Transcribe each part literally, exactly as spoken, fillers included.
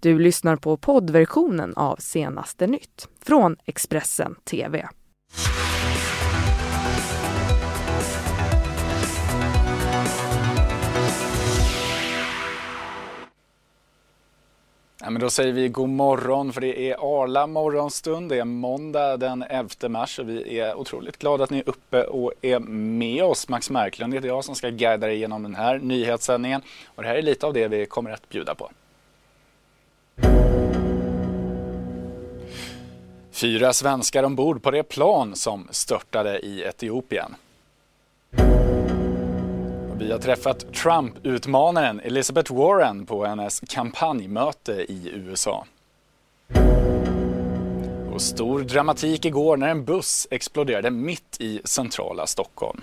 Du lyssnar på poddversionen av Senaste nytt från Expressen T V. Ja, men då säger vi god morgon, för det är Arla morgonstund. Det är måndag den elfte mars och vi är otroligt glada att ni är uppe och är med oss. Max Marklund heter jag som ska guida dig igenom den här nyhetssändningen. Och det här är lite av det vi kommer att bjuda på. Fyra svenskar ombord på det plan som störtade i Etiopien. Vi har träffat Trump-utmanaren Elizabeth Warren på hennes kampanjmöte i U S A. Och stor dramatik igår när en buss exploderade mitt i centrala Stockholm.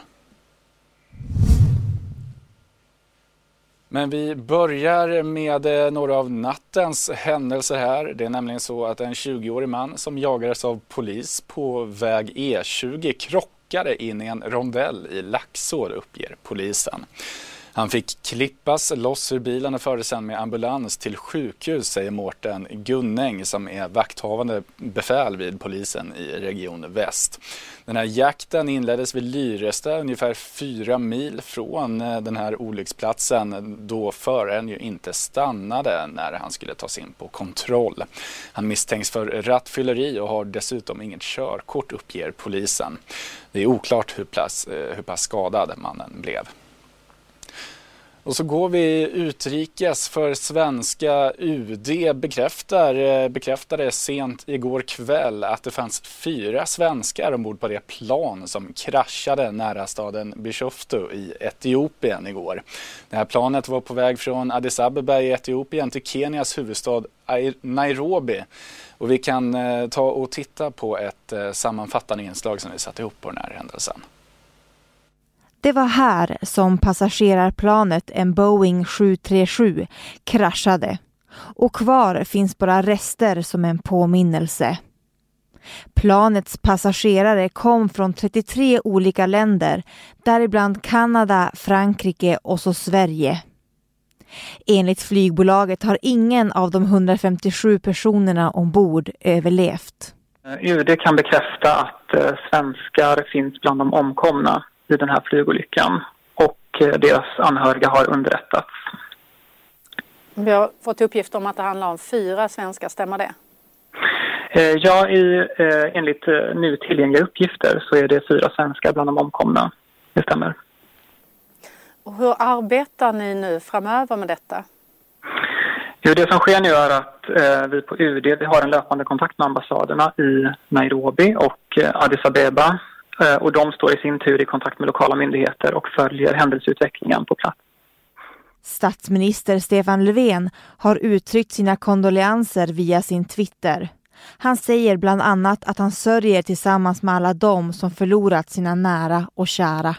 Men vi börjar med några av nattens händelser här. Det är nämligen så att en tjugoårig man som jagades av polis på väg E tjugo krockade in i en rondell i Laxå, uppger polisen. Han fick klippas loss ur bilen och fördes sedan med ambulans till sjukhus, säger Mårten Gunnäng som är vakthavande befäl vid polisen i Region Väst. Den här jakten inleddes vid Lyrestad, ungefär fyra mil från den här olycksplatsen, då föraren ju inte stannade när han skulle tas in på kontroll. Han misstänks för rattfylleri och har dessutom inget körkort, uppger polisen. Det är oklart hur pass, hur pass skadad mannen blev. Och så går vi utrikes, för svenska U D bekräftar, bekräftade sent igår kväll att det fanns fyra svenskar ombord på det plan som kraschade nära staden Bishoftu i Etiopien igår. Det här planet var på väg från Addis Abeba i Etiopien till Kenias huvudstad Nairobi. Och vi kan ta och titta på ett sammanfattande inslag som vi satt ihop på den här händelsen. Det var här som passagerarplanet, en Boeing sju tre sju, kraschade. Och kvar finns bara rester som en påminnelse. Planets passagerare kom från trettiotre olika länder, däribland Kanada, Frankrike och så Sverige. Enligt flygbolaget har ingen av de hundrafemtiosju personerna ombord överlevt. U D kan bekräfta att eh, svenskar finns bland de omkomna i den här flygolyckan och deras anhöriga har underrättats. Vi har fått uppgift om att det handlar om fyra svenskar, stämmer det? Ja, i, enligt nu tillgängliga uppgifter så är det fyra svenskar bland de omkomna. Det stämmer. Och hur arbetar ni nu framöver med detta? Jo, det som sker nu är att eh, vi på U D vi har en löpande kontakt med ambassaderna i Nairobi och eh, Addis Abeba. Och de står i sin tur i kontakt med lokala myndigheter och följer händelseutvecklingen på plats. Statsminister Stefan Löfven har uttryckt sina kondolenser via sin Twitter. Han säger bland annat att han sörjer tillsammans med alla de som förlorat sina nära och kära.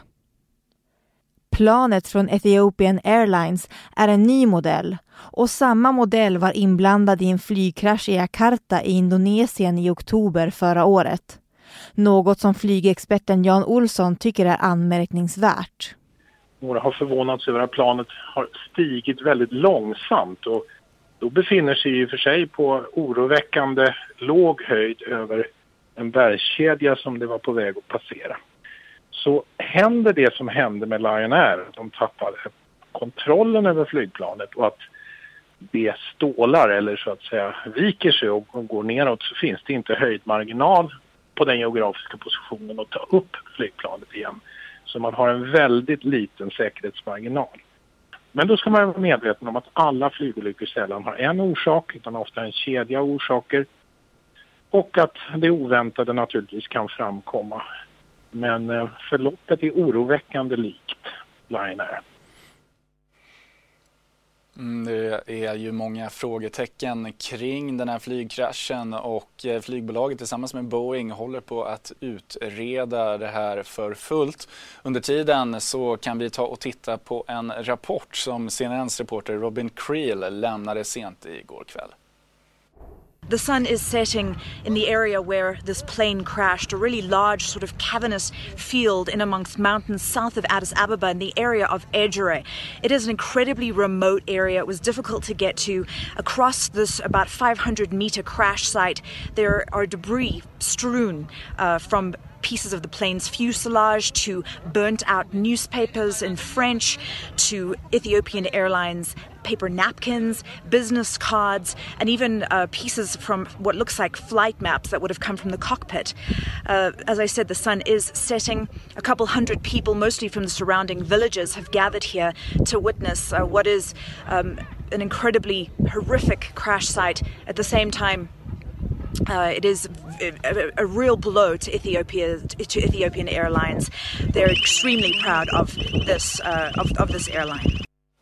Planet från Ethiopian Airlines är en ny modell och samma modell var inblandad i en flygkrasch i Jakarta i Indonesien i oktober förra året. Något som flygexperten Jan Olsson tycker är anmärkningsvärt. Några har förvånats över att planet har stigit väldigt långsamt och då befinner sig i och för sig på oroväckande låg höjd över en bergskedja som det var på väg att passera. Så händer det som hände med Lion Air, de tappade kontrollen över flygplanet och att det stålar eller så att säga viker sig och går neråt, så finns det inte höjdmarginal på den geografiska positionen och ta upp flygplanet igen. Så man har en väldigt liten säkerhetsmarginal. Men då ska man vara medveten om att alla flygolyckor sällan har en orsak utan ofta en kedja av orsaker. Och att det oväntade naturligtvis kan framkomma. Men förloppet är oroväckande likt Lion Air. Det är ju många frågetecken kring den här flygkraschen och flygbolaget tillsammans med Boeing håller på att utreda det här för fullt. Under tiden så kan vi ta och titta på en rapport som C N N:s reporter Robin Creel lämnade sent igår kväll. The sun is setting in the area where this plane crashed, a really large sort of cavernous field in amongst mountains south of Addis Ababa in the area of Ejere. It is an incredibly remote area. It was difficult to get to. Across this about five hundred meter crash site, there are debris strewn uh, from pieces of the plane's fuselage to burnt out newspapers in French to Ethiopian Airlines paper napkins, business cards, and even uh, pieces from what looks like flight maps that would have come from the cockpit. Uh, as I said, the sun is setting. A couple hundred people, mostly from the surrounding villages, have gathered here to witness uh, what is um, an incredibly horrific crash site. At the same time, Uh, it is a, a real blow to Ethiopia, to Ethiopian Airlines. They're extremely proud of this, uh, of, of this airline.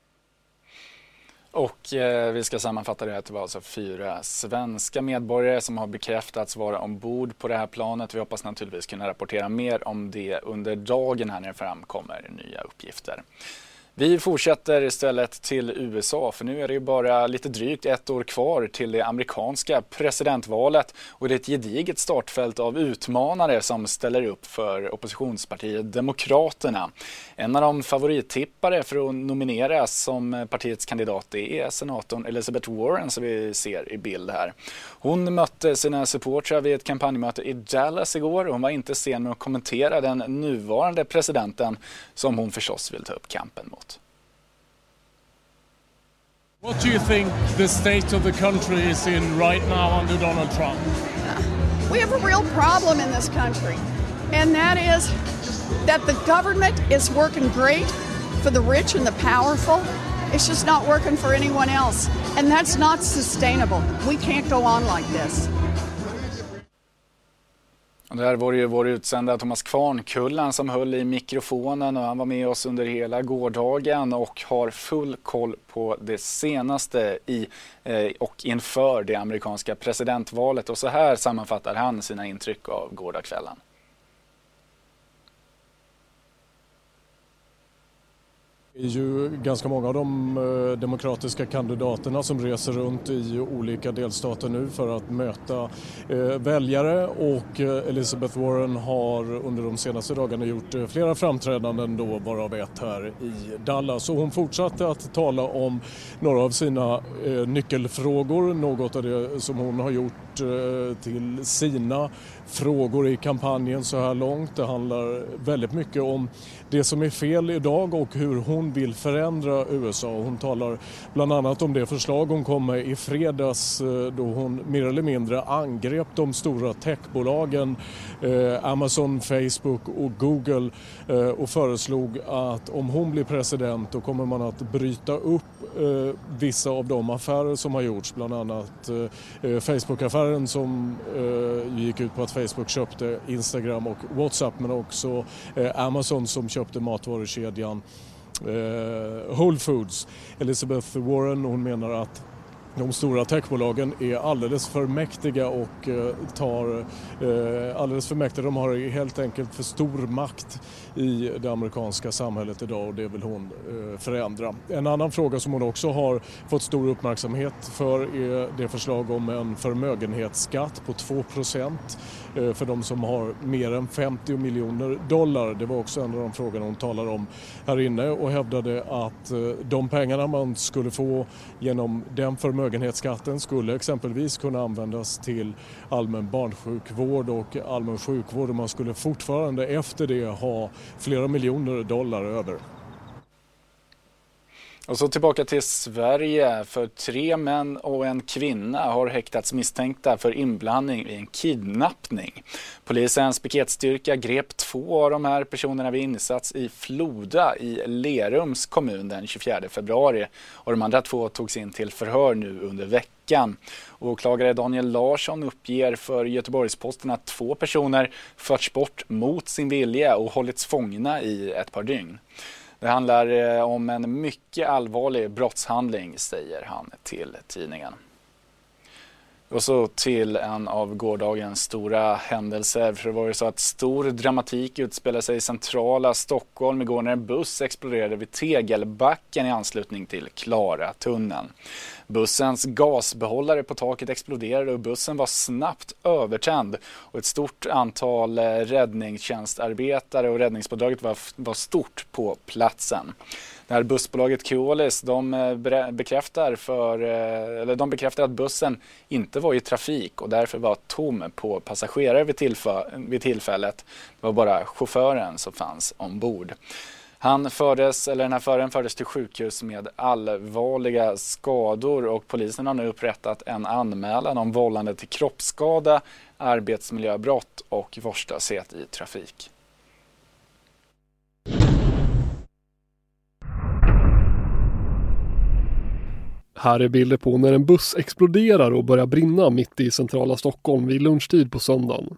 Och eh, vi ska sammanfatta det här att det var alltså fyra svenska medborgare som har bekräftats vara ombord på det här planet. Vi hoppas naturligtvis kunna rapportera mer om det under dagen här när det framkommer nya uppgifter. Vi fortsätter istället till U S A, för nu är det ju bara lite drygt ett år kvar till det amerikanska presidentvalet och det är ett gediget startfält av utmanare som ställer upp för oppositionspartiet Demokraterna. En av de favorittippare för att nomineras som partiets kandidat är senatorn Elizabeth Warren som vi ser i bild här. Hon mötte sina supportrar vid ett kampanjmöte i Dallas igår och hon var inte sen med att kommentera den nuvarande presidenten som hon förstås vill ta upp kampen mot. What do you think the state of the country is in right now under Donald Trump? We have a real problem in this country, and that is that the government is working great for the rich and the powerful. It's just not working for anyone else, and that's not sustainable. We can't go on like this. Och där var det ju vår utsända Thomas Kvarnkullan som höll i mikrofonen och han var med oss under hela gårdagen och har full koll på det senaste i eh, och inför det amerikanska presidentvalet. Och så här sammanfattar han sina intryck av gårdagskvällen. Det är ju ganska många av de eh, demokratiska kandidaterna som reser runt i olika delstater nu för att möta eh, väljare och eh, Elizabeth Warren har under de senaste dagarna gjort eh, flera framträdanden då, varav ett här i Dallas. Och hon fortsatte att tala om några av sina eh, nyckelfrågor, något av det som hon har gjort eh, till sina frågor i kampanjen så här långt. Det handlar väldigt mycket om det som är fel idag och hur hon vill förändra U S A. Hon talar bland annat om det förslag hon kom med i fredags då hon mer eller mindre angrep de stora techbolagen eh, Amazon, Facebook och Google eh, och föreslog att om hon blir president då kommer man att bryta upp eh, vissa av de affärer som har gjorts, bland annat eh, Facebook-affären som eh, gick ut på att Facebook köpte Instagram och WhatsApp, men också eh, Amazon som köpte matvarukedjan eh, Whole Foods. Elizabeth Warren, hon menar att de stora techbolagen är alldeles för mäktiga och eh, tar eh, alldeles för mäktiga. De har helt enkelt för stor makt i det amerikanska samhället idag och det vill hon eh, förändra. En annan fråga som hon också har fått stor uppmärksamhet för är det förslag om en förmögenhetsskatt på två procent eh, för de som har mer än femtio miljoner dollar. Det var också en av de frågorna hon talade om här inne och hävdade att eh, de pengarna man skulle få genom den förmögenhetsskatten skulle exempelvis kunna användas till allmän barnsjukvård och allmän sjukvård och man skulle fortfarande efter det ha flera miljoner dollar över. Och så tillbaka till Sverige, för tre män och en kvinna har häktats misstänkta för inblandning i en kidnappning. Polisens piketstyrka grep två av de här personerna vid insats i Floda i Lerums kommun den tjugofjärde februari och de andra två togs in till förhör nu under veckan. Åklagare Daniel Larsson uppger för Göteborgsposten att två personer förts bort mot sin vilja och hållits fångna i ett par dygn. Det handlar om en mycket allvarlig brottshandling, säger han till tidningen. Och så till en av gårdagens stora händelser. För det var ju så att stor dramatik utspelade sig i centrala Stockholm igår när en buss exploderade vid Tegelbacken i anslutning till Klaratunneln. Bussens gasbehållare på taket exploderade och bussen var snabbt övertänd. Och ett stort antal räddningstjänstarbetare och räddningspådraget var, var stort på platsen. Det här bussbolaget Keolis, de bekräftar, för, eller de bekräftar att bussen inte var i trafik och därför var tom på passagerare vid, tillfä- vid tillfället. Det var bara chauffören som fanns ombord. Han fördes, eller den här föraren fördes till sjukhus med allvarliga skador och polisen har nu upprättat en anmälan om vållande till kroppsskada, arbetsmiljöbrott och vårdslöshet i trafik. Här är bilder på när en buss exploderar och börjar brinna mitt i centrala Stockholm vid lunchtid på söndagen.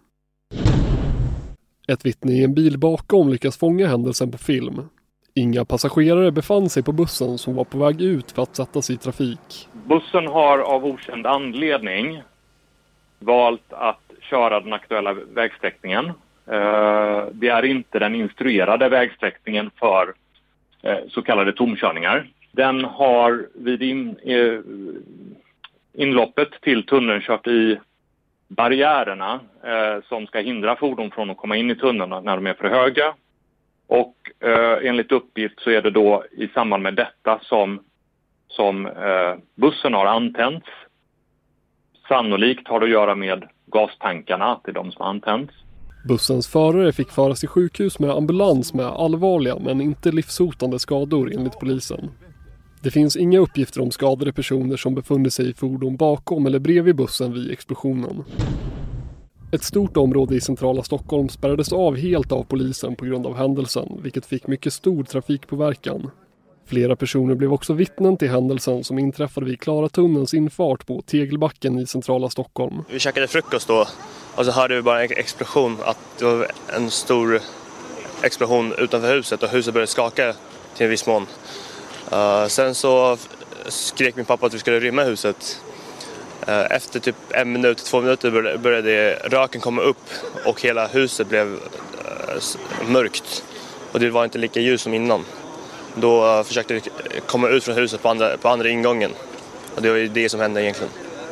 Ett vittne i en bil bakom lyckas fånga händelsen på film. Inga passagerare befann sig på bussen som var på väg ut för att sättas i trafik. Bussen har av okänd anledning valt att köra den aktuella vägsträckningen. Det är inte den instruerade vägsträckningen för så kallade tomkörningar. Den har vid in, eh, inloppet till tunneln kört i barriärerna eh, som ska hindra fordon från att komma in i tunneln när de är för höga. Och eh, enligt uppgift så är det då i samband med detta som, som eh, bussen har antänts. Sannolikt har det att göra med gastankarna, att det är de som har antänts. Bussens förare fick föras till sjukhus med ambulans med allvarliga men inte livshotande skador enligt polisen. Det finns inga uppgifter om skadade personer som befunnit sig i fordon bakom eller bredvid bussen vid explosionen. Ett stort område i centrala Stockholm spärrades av helt av polisen på grund av händelsen, vilket fick mycket stor trafikpåverkan. Flera personer blev också vittnen till händelsen som inträffade vid Klaratunnelns infart på Tegelbacken i centrala Stockholm. Vi käkade frukost då och så hörde vi bara en explosion, att det var en stor explosion utanför huset och huset började skaka till en viss mån. Uh, sen så skrek min pappa att vi skulle rymma huset. Uh, efter typ en minut, två minuter började, började röken komma upp och hela huset blev uh, mörkt. Och det var inte lika ljus som innan. Då uh, försökte vi komma ut från huset på andra, på andra ingången. Och det var ju det som hände egentligen.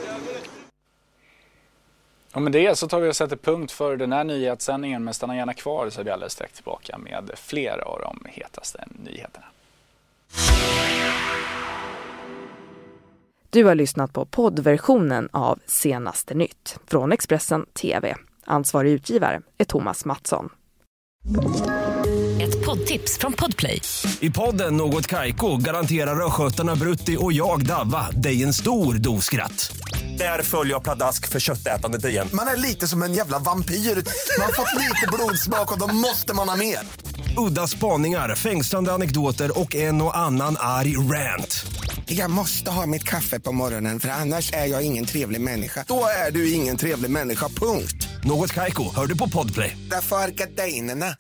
Och med det så tar vi och sätter punkt för den här nyhetssändningen. Men stanna gärna kvar så är vi alldeles strax tillbaka med fler av de hetaste nyheterna. Du har lyssnat på poddversionen av Senaste nytt från Expressen T V. Ansvarig utgivare är Thomas Mattsson. Ett poddtips från Podplay. I podden Något Kaiko garanterar röskötarna Brutti och jag Davva dig en stor doskratt. Där följer jag pladask för köttätandet igen. Man är lite som en jävla vampyr. Man har fått lite blodsmak och då måste man ha mer. Udda spaningar, fängslande anekdoter och en och annan arg rant. Jag måste ha mitt kaffe på morgonen för annars är jag ingen trevlig människa. Då är du ingen trevlig människa, punkt. Något Kaiko, hör du på Podplay. Därför är gardinerna.